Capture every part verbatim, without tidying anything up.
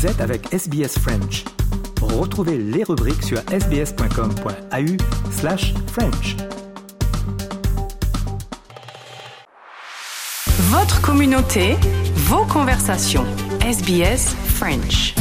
Vous êtes avec S B S French. Retrouvez les rubriques sur sbs.com.au slash French. Votre communauté, vos conversations. S B S French.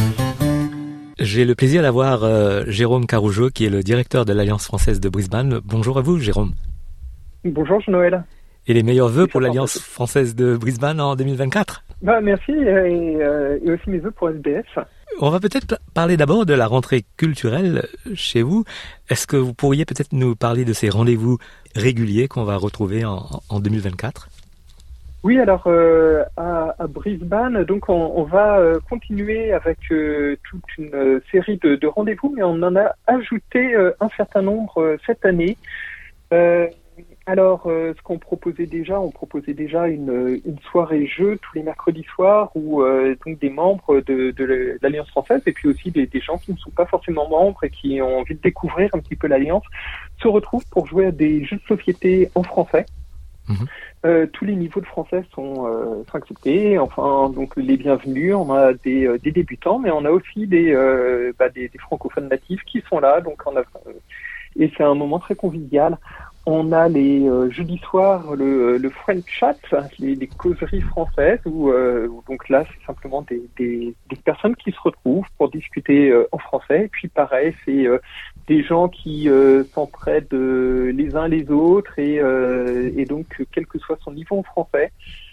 J'ai le plaisir d'avoir euh, Jérôme Carougeau, qui est le directeur de l'Alliance française de Brisbane. Bonjour à vous, Jérôme. Bonjour, Jean-Noël. Et les meilleurs vœux pour l'Alliance française de Brisbane en deux mille vingt-quatre. Bah, merci, et, euh, et aussi mes vœux pour S B S. On va peut-être parler d'abord de la rentrée culturelle chez vous. Est-ce que vous pourriez peut-être nous parler de ces rendez-vous réguliers qu'on va retrouver en, en deux mille vingt-quatre? Oui, alors euh, à, à Brisbane, donc on, on va euh, continuer avec euh, toute une euh, série de, de rendez-vous, mais on en a ajouté euh, un certain nombre euh, cette année. Euh, alors, euh, ce qu'on proposait déjà, on proposait déjà une, une soirée jeu tous les mercredis soirs où euh, donc des membres de, de l'Alliance française et puis aussi des, des gens qui ne sont pas forcément membres et qui ont envie de découvrir un petit peu l'Alliance se retrouvent pour jouer à des jeux de société en français. Mmh. Euh, tous les niveaux de français sont, euh, sont acceptés, enfin donc les bienvenus. On a des, euh, des débutants, mais on a aussi des, euh, bah, des, des francophones natifs qui sont là, donc on a, euh, et c'est un moment très convivial. On a les euh, jeudis soirs le, le French Chat, les, les causeries françaises, où euh, donc là c'est simplement des, des, des personnes qui se retrouvent pour discuter euh, en français. Et puis pareil, c'est euh, des gens qui euh, s'entraident euh, les uns les autres et, euh, et donc quel que soit son niveau en français,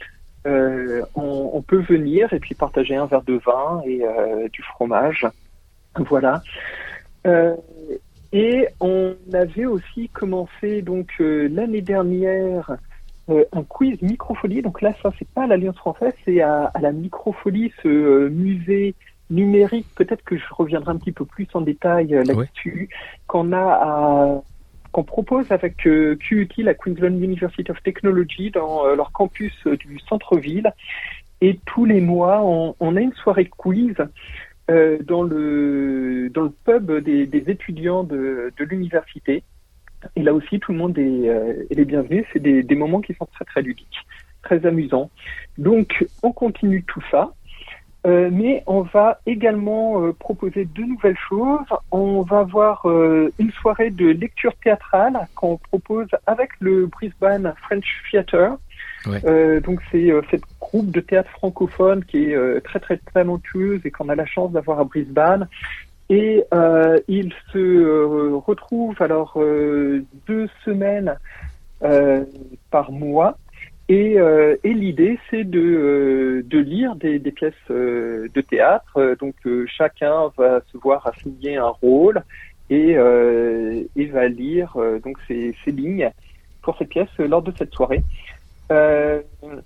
euh, on, on peut venir et puis partager un verre de vin et euh, du fromage. Voilà. Euh, Et on avait aussi commencé donc euh, l'année dernière euh, un quiz Microfolie. Donc là, ça c'est pas à l'Alliance française, c'est à, à la Microfolie, ce euh, musée numérique. Peut-être que je reviendrai un petit peu plus en détail euh, là-dessus. Oui. Qu'on a à, qu'on propose avec euh, Q U T, la Queensland University of Technology, dans euh, leur campus euh, du centre-ville. Et tous les mois, on, on a une soirée de quiz. Euh, dans le dans le pub des, des étudiants de, de l'université. Et là aussi, tout le monde est, euh, est les bienvenus. C'est des, des moments qui sont très très ludiques, très amusants. Donc, on continue tout ça. Euh, mais on va également euh, proposer de nouvelles choses. On va avoir euh, une soirée de lecture théâtrale qu'on propose avec le Brisbane French Theatre. Ouais. Euh, donc c'est euh, cette groupe de théâtre francophone qui est euh, très très talentueuse et qu'on a la chance d'avoir à Brisbane. Et euh, il se euh, retrouve alors euh, deux semaines euh, par mois. Et, euh, et l'idée, c'est de, euh, de lire des, des pièces euh, de théâtre. Donc, euh, chacun va se voir assigner un rôle et, euh, et va lire euh, donc ces, ces lignes pour cette pièce euh, lors de cette soirée. Euh,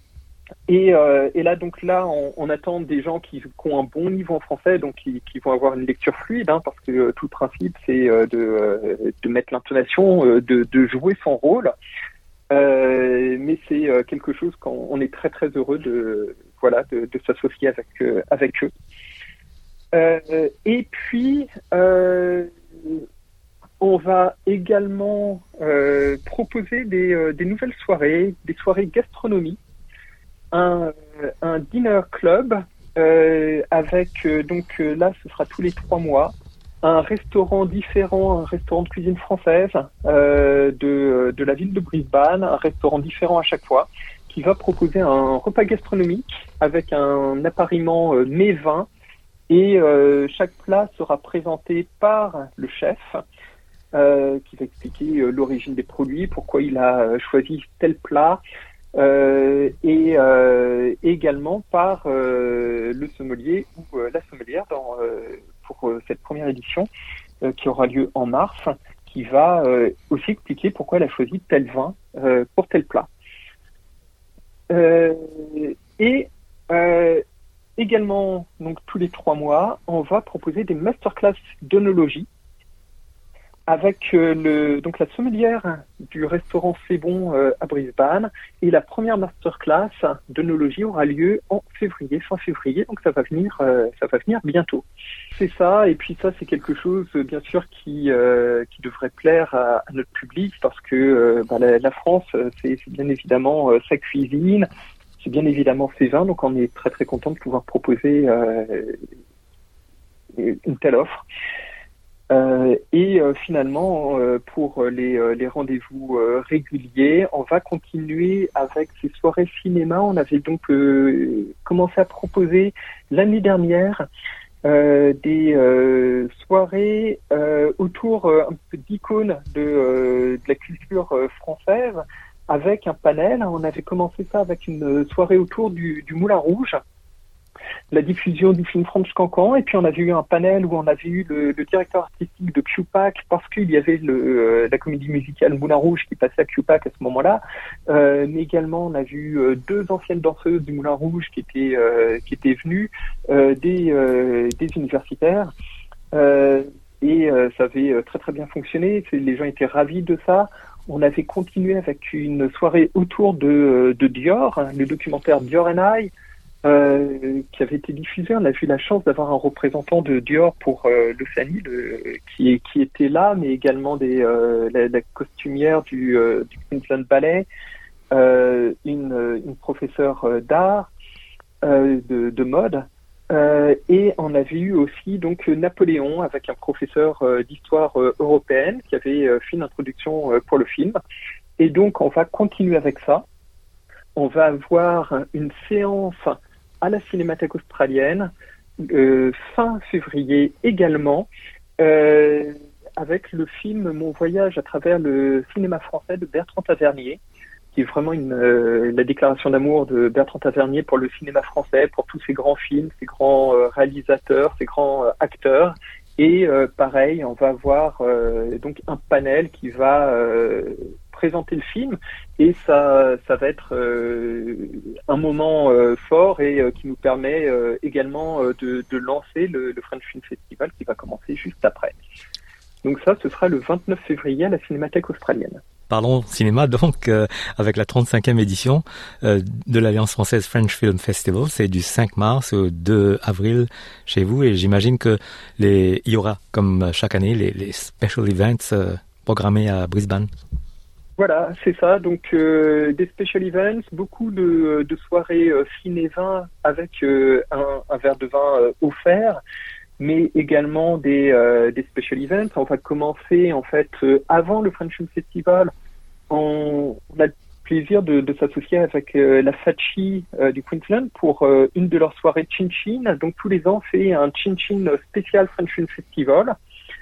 et, euh, et là, donc là, on, on attend des gens qui, qui ont un bon niveau en français, donc qui, qui vont avoir une lecture fluide, hein, parce que euh, tout le principe, c'est euh, de, euh, de mettre l'intonation, euh, de, de jouer son rôle. Euh, mais c'est euh, quelque chose qu'on on est très très heureux de voilà de, de s'associer avec euh, avec eux. Euh, et puis euh, on va également euh, proposer des, euh, des nouvelles soirées, des soirées gastronomie, un, un dinner club euh, avec euh, donc euh, là ce sera tous les trois mois. Un restaurant différent, un restaurant de cuisine française euh, de, de la ville de Brisbane, un restaurant différent à chaque fois, qui va proposer un repas gastronomique avec un appariement euh, mets-vin et euh, chaque plat sera présenté par le chef euh, qui va expliquer euh, l'origine des produits, pourquoi il a choisi tel plat euh, et euh, également par euh, le sommelier ou euh, la sommelière dans euh, pour euh, cette première édition euh, qui aura lieu en mars, qui va euh, aussi expliquer pourquoi elle a choisi tel vin euh, pour tel plat. Euh, et euh, également, donc tous les trois mois, on va proposer des masterclass d'œnologie avec euh, le, donc la sommelière du restaurant C'est Bon euh, à Brisbane. Et la première masterclass d'œnologie aura lieu en février, fin février. Donc ça va venir, euh, ça va venir bientôt. C'est ça. Et puis ça, c'est quelque chose, euh, bien sûr, qui euh, qui devrait plaire à, à notre public parce que euh, bah, la, la France, c'est, c'est bien évidemment euh, sa cuisine, c'est bien évidemment ses vins. Donc on est très très content de pouvoir proposer euh, une telle offre. Euh, et euh, finalement, euh, pour les, euh, les rendez-vous euh, réguliers, on va continuer avec ces soirées cinéma. On avait donc euh, commencé à proposer l'année dernière euh, des euh, soirées euh, autour euh, un peu d'icônes de, euh, de la culture euh, française, avec un panel. On avait commencé ça avec une soirée autour du, du Moulin Rouge, la diffusion du film Franche Cancan, et puis on avait eu un panel où on avait eu le, le directeur artistique de Q-Pac, parce qu'il y avait le, euh, la comédie musicale Moulin Rouge qui passait à Q-Pac à ce moment-là, euh, mais également on a vu euh, deux anciennes danseuses du Moulin Rouge qui étaient euh, qui étaient venues, euh, des euh, des universitaires, euh, et euh, ça avait très très bien fonctionné. Les gens étaient ravis de ça. On avait continué avec une soirée autour de de Dior, le documentaire Dior and I, Euh, qui avait été diffusé. On a eu la chance d'avoir un représentant de Dior pour euh, l'Océanie, le, qui, qui était là, mais également des, euh, la, la costumière du, euh, du Queensland Ballet, euh, une, une professeure d'art, euh, de, de mode, euh, et on avait eu aussi donc Napoléon avec un professeur euh, d'histoire euh, européenne qui avait euh, fait une introduction euh, pour le film. Et donc on va continuer avec ça. On va avoir une séance à la Cinémathèque australienne, euh, fin février également, euh, avec le film Mon voyage à travers le cinéma français de Bertrand Tavernier, qui est vraiment une, euh, la déclaration d'amour de Bertrand Tavernier pour le cinéma français, pour tous ces grands films, ces grands euh, réalisateurs, ces grands euh, acteurs. Et euh, pareil, on va avoir euh, donc un panel qui va euh, présenter le film, et ça, ça va être euh, un moment euh, fort et euh, qui nous permet euh, également euh, de, de lancer le, le French Film Festival qui va commencer juste après. Donc ça, ce sera le vingt-neuf février à la Cinémathèque australienne. Parlons cinéma donc euh, avec la trente-cinquième édition euh, de l'Alliance française French Film Festival. C'est du cinq mars au deux avril chez vous, et j'imagine que les il y aura comme chaque année les, les special events euh, programmés à Brisbane. Voilà, c'est ça. Donc euh, des special events, beaucoup de, de soirées euh, ciné-vin avec euh, un, un verre de vin euh, offert, mais également des, euh, des special events. On va commencer en fait euh, avant le French Film Festival. On, on a le plaisir de, de s'associer avec euh, la Fachi euh, du Queensland pour euh, une de leurs soirées Chin Chin. Donc tous les ans, c'est un Chin Chin spécial French Film Festival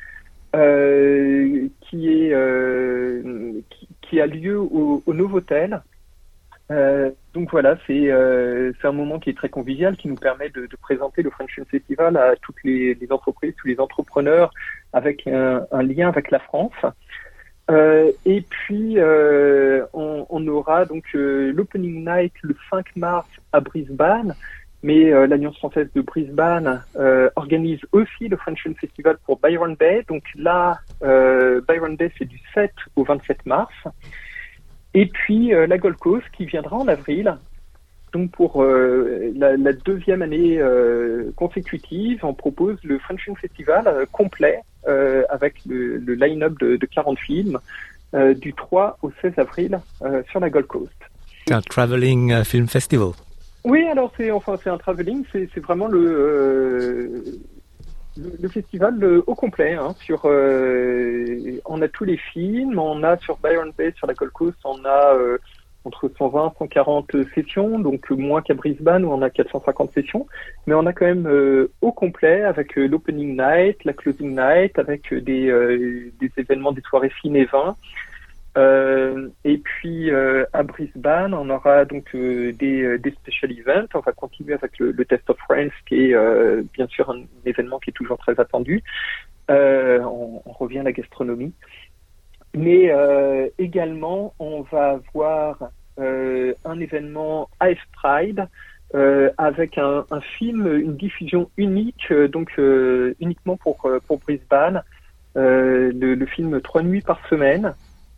euh, qui est euh, qui, qui a lieu au, au Novotel. Euh, donc voilà, c'est euh, c'est un moment qui est très convivial, qui nous permet de, de présenter le French Film Festival à toutes les, les entreprises, tous les entrepreneurs, avec un, un lien avec la France. Euh, et puis euh, on, on aura donc euh, l'opening night le cinq mars à Brisbane, mais euh, l'Alliance française de Brisbane euh, organise aussi le French Film Festival pour Byron Bay. Donc là, euh, Byron Bay, c'est du sept au vingt-sept mars. Et puis euh, la Gold Coast qui viendra en avril. Donc pour euh, la, la deuxième année euh, consécutive, on propose le French Film Festival euh, complet euh, avec le, le line-up de, de quarante films euh, du trois au seize avril euh, sur la Gold Coast. C'est un traveling uh, film festival. Oui, alors c'est enfin c'est un traveling, c'est c'est vraiment le euh, le, le festival le, au complet. Hein, sur euh, on a tous les films, on a sur Byron Bay, sur la Gold Coast, on a euh, entre cent vingt et cent quarante sessions, donc moins qu'à Brisbane où on a quatre cent cinquante sessions, mais on a quand même euh, au complet avec euh, l'opening night, la closing night, avec euh, des, euh, des événements, des soirées ciné-vin. Euh, et puis euh, à Brisbane, on aura donc euh, des, euh, des special events. On va continuer avec le, le Test of Friends, qui est euh, bien sûr un, un événement qui est toujours très attendu. Euh, on, on revient à la gastronomie. Mais euh, également, on va avoir euh, un événement A F Pride euh, avec un, un film, une diffusion unique, euh, donc euh, uniquement pour pour Brisbane, euh, le, le film Trois nuits par semaine.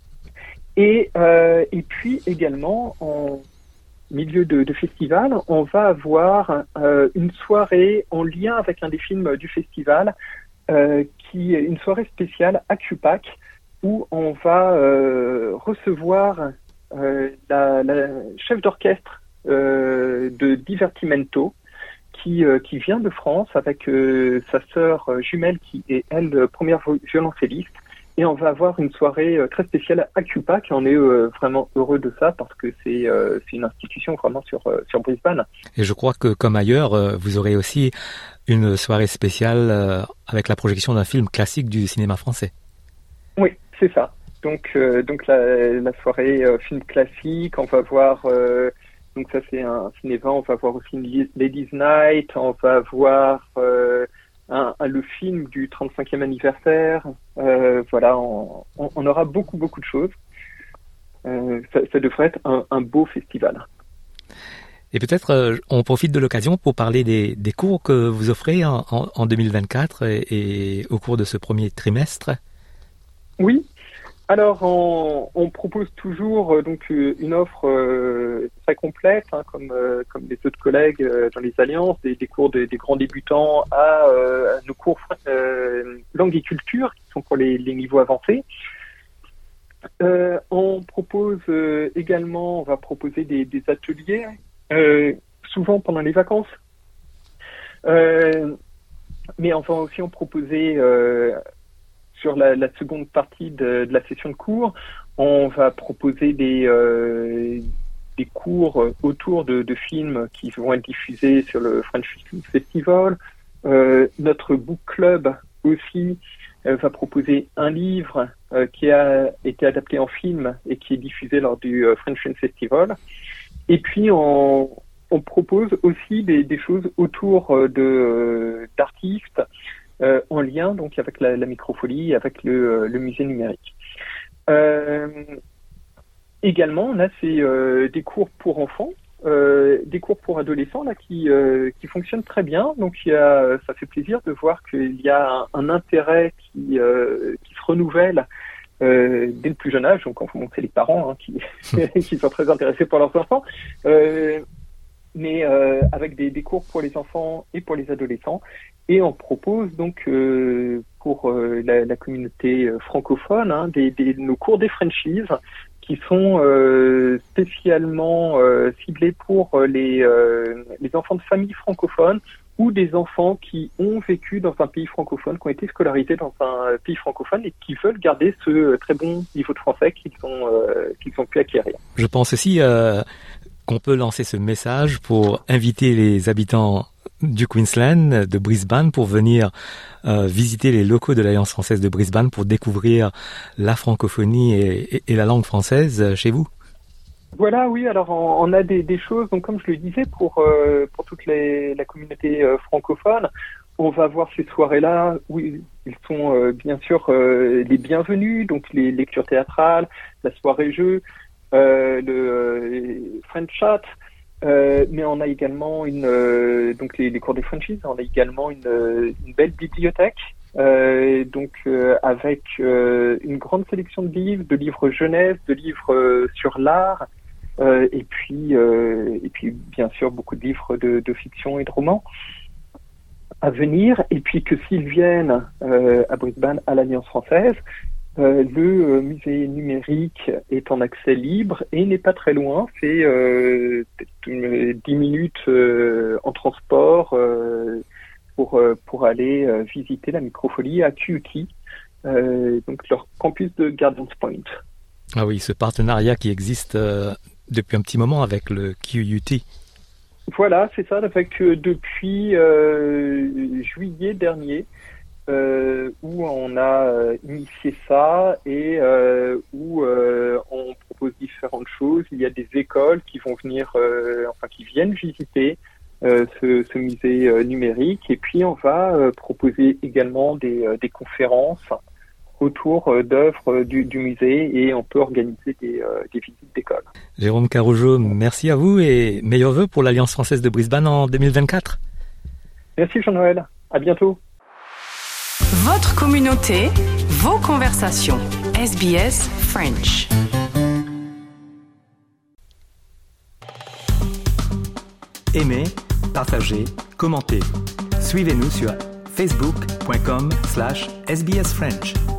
Et euh, et puis également en milieu de, de festival, on va avoir euh, une soirée en lien avec un des films du festival, euh, qui est une soirée spéciale à Q-Pac, où on va euh, recevoir euh, la, la chef d'orchestre euh, de Divertimento, qui euh, qui vient de France avec euh, sa sœur euh, jumelle qui est elle première violoncelliste. Et on va avoir une soirée euh, très spéciale à Cupa, qui en est euh, vraiment heureux de ça parce que c'est euh, c'est une institution vraiment sur euh, sur Brisbane. Et je crois que comme ailleurs, euh, vous aurez aussi une soirée spéciale euh, avec la projection d'un film classique du cinéma français. Oui, c'est ça. Donc euh, donc la, la soirée euh, film classique, on va voir euh, donc ça c'est un cinéma, on va voir aussi une Ladies Night, on va voir euh, Un, un, le film du trente-cinquième anniversaire, euh, voilà, on, on, on aura beaucoup beaucoup de choses. Euh, ça, ça devrait être un, un beau festival. Et peut-être euh, on profite de l'occasion pour parler des, des cours que vous offrez en, en, en deux mille vingt-quatre et, et au cours de ce premier trimestre. Oui. Alors, on, on propose toujours euh, donc une offre euh, très complète, hein, comme euh, comme les autres collègues euh, dans les alliances, des, des cours de, des grands débutants à, euh, à nos cours euh, langue et culture, qui sont pour les, les niveaux avancés. Euh, on propose euh, également, on va proposer des, des ateliers, euh, souvent pendant les vacances. Euh, mais on va aussi en proposer euh, sur la, la seconde partie de, de la session de cours, on va proposer des, euh, des cours autour de, de films qui vont être diffusés sur le French Film Festival. Euh, notre book club aussi euh, va proposer un livre euh, qui a été adapté en film et qui est diffusé lors du euh, French Film Festival. Et puis on, on propose aussi des, des choses autour de euh, d'artistes. Euh, en lien donc avec la, la microfolie, avec le, le musée numérique. Euh, également, on a ces, euh, des cours pour enfants, euh, des cours pour adolescents là qui euh, qui fonctionnent très bien. Donc il y a, ça fait plaisir de voir qu'il y a un, un intérêt qui euh, qui se renouvelle euh, dès le plus jeune âge. Donc bon, c'est les parents hein, qui qui sont très intéressés pour leurs enfants. Euh, mais euh, avec des, des cours pour les enfants et pour les adolescents. Et on propose donc euh, pour euh, la, la communauté euh, francophone hein, des, des, nos cours des Frenchies qui sont euh, spécialement euh, ciblés pour les, euh, les enfants de familles francophones ou des enfants qui ont vécu dans un pays francophone, qui ont été scolarisés dans un pays francophone et qui veulent garder ce très bon niveau de français qu'ils ont, euh, qu'ils ont pu acquérir. Je pense aussi euh, qu'on peut lancer ce message pour inviter les habitants du Queensland, de Brisbane, pour venir euh, visiter les locaux de l'Alliance française de Brisbane pour découvrir la francophonie et, et, et la langue française chez vous. Voilà, oui. Alors on, on a des, des choses, donc comme je le disais, pour euh, pour toute les, la communauté euh, francophone, on va voir ces soirées-là où ils sont euh, bien sûr euh, les bienvenus, donc les lectures théâtrales, la soirée jeu, euh, le euh, French Chat. Euh, mais on a également une euh, donc les, les cours des Frenchies, on a également une, une belle bibliothèque euh, donc euh, avec euh, une grande sélection de livres, de livres jeunesse, de livres euh, sur l'art euh, et puis euh, et puis bien sûr beaucoup de livres de, de fiction et de romans à venir. Et puis que s'ils viennent euh, à Brisbane à l'Alliance française, Euh, le euh, musée numérique est en accès libre et n'est pas très loin. C'est euh, dix minutes euh, en transport euh, pour euh, pour aller euh, visiter la microfolie à Q U T, euh, donc leur campus de Gardens Point. Ah oui, ce partenariat qui existe euh, depuis un petit moment avec le Q U T. Voilà, c'est ça. Avec euh, depuis euh, juillet dernier. Euh, où on a euh, initié ça et euh, où euh, on propose différentes choses. Il y a des écoles qui vont venir, euh, enfin qui viennent visiter euh, ce, ce musée euh, numérique, et puis on va euh, proposer également des, euh, des conférences autour euh, d'œuvres du, du musée, et on peut organiser des, euh, des visites d'école. Jérôme Carougeau, merci à vous et meilleurs vœux pour l'Alliance française de Brisbane en deux mille vingt-quatre. Merci Jean-Noël, à bientôt. Votre communauté, vos conversations. S B S French. Aimez, partagez, commentez. Suivez-nous sur facebook point com slash S B S French.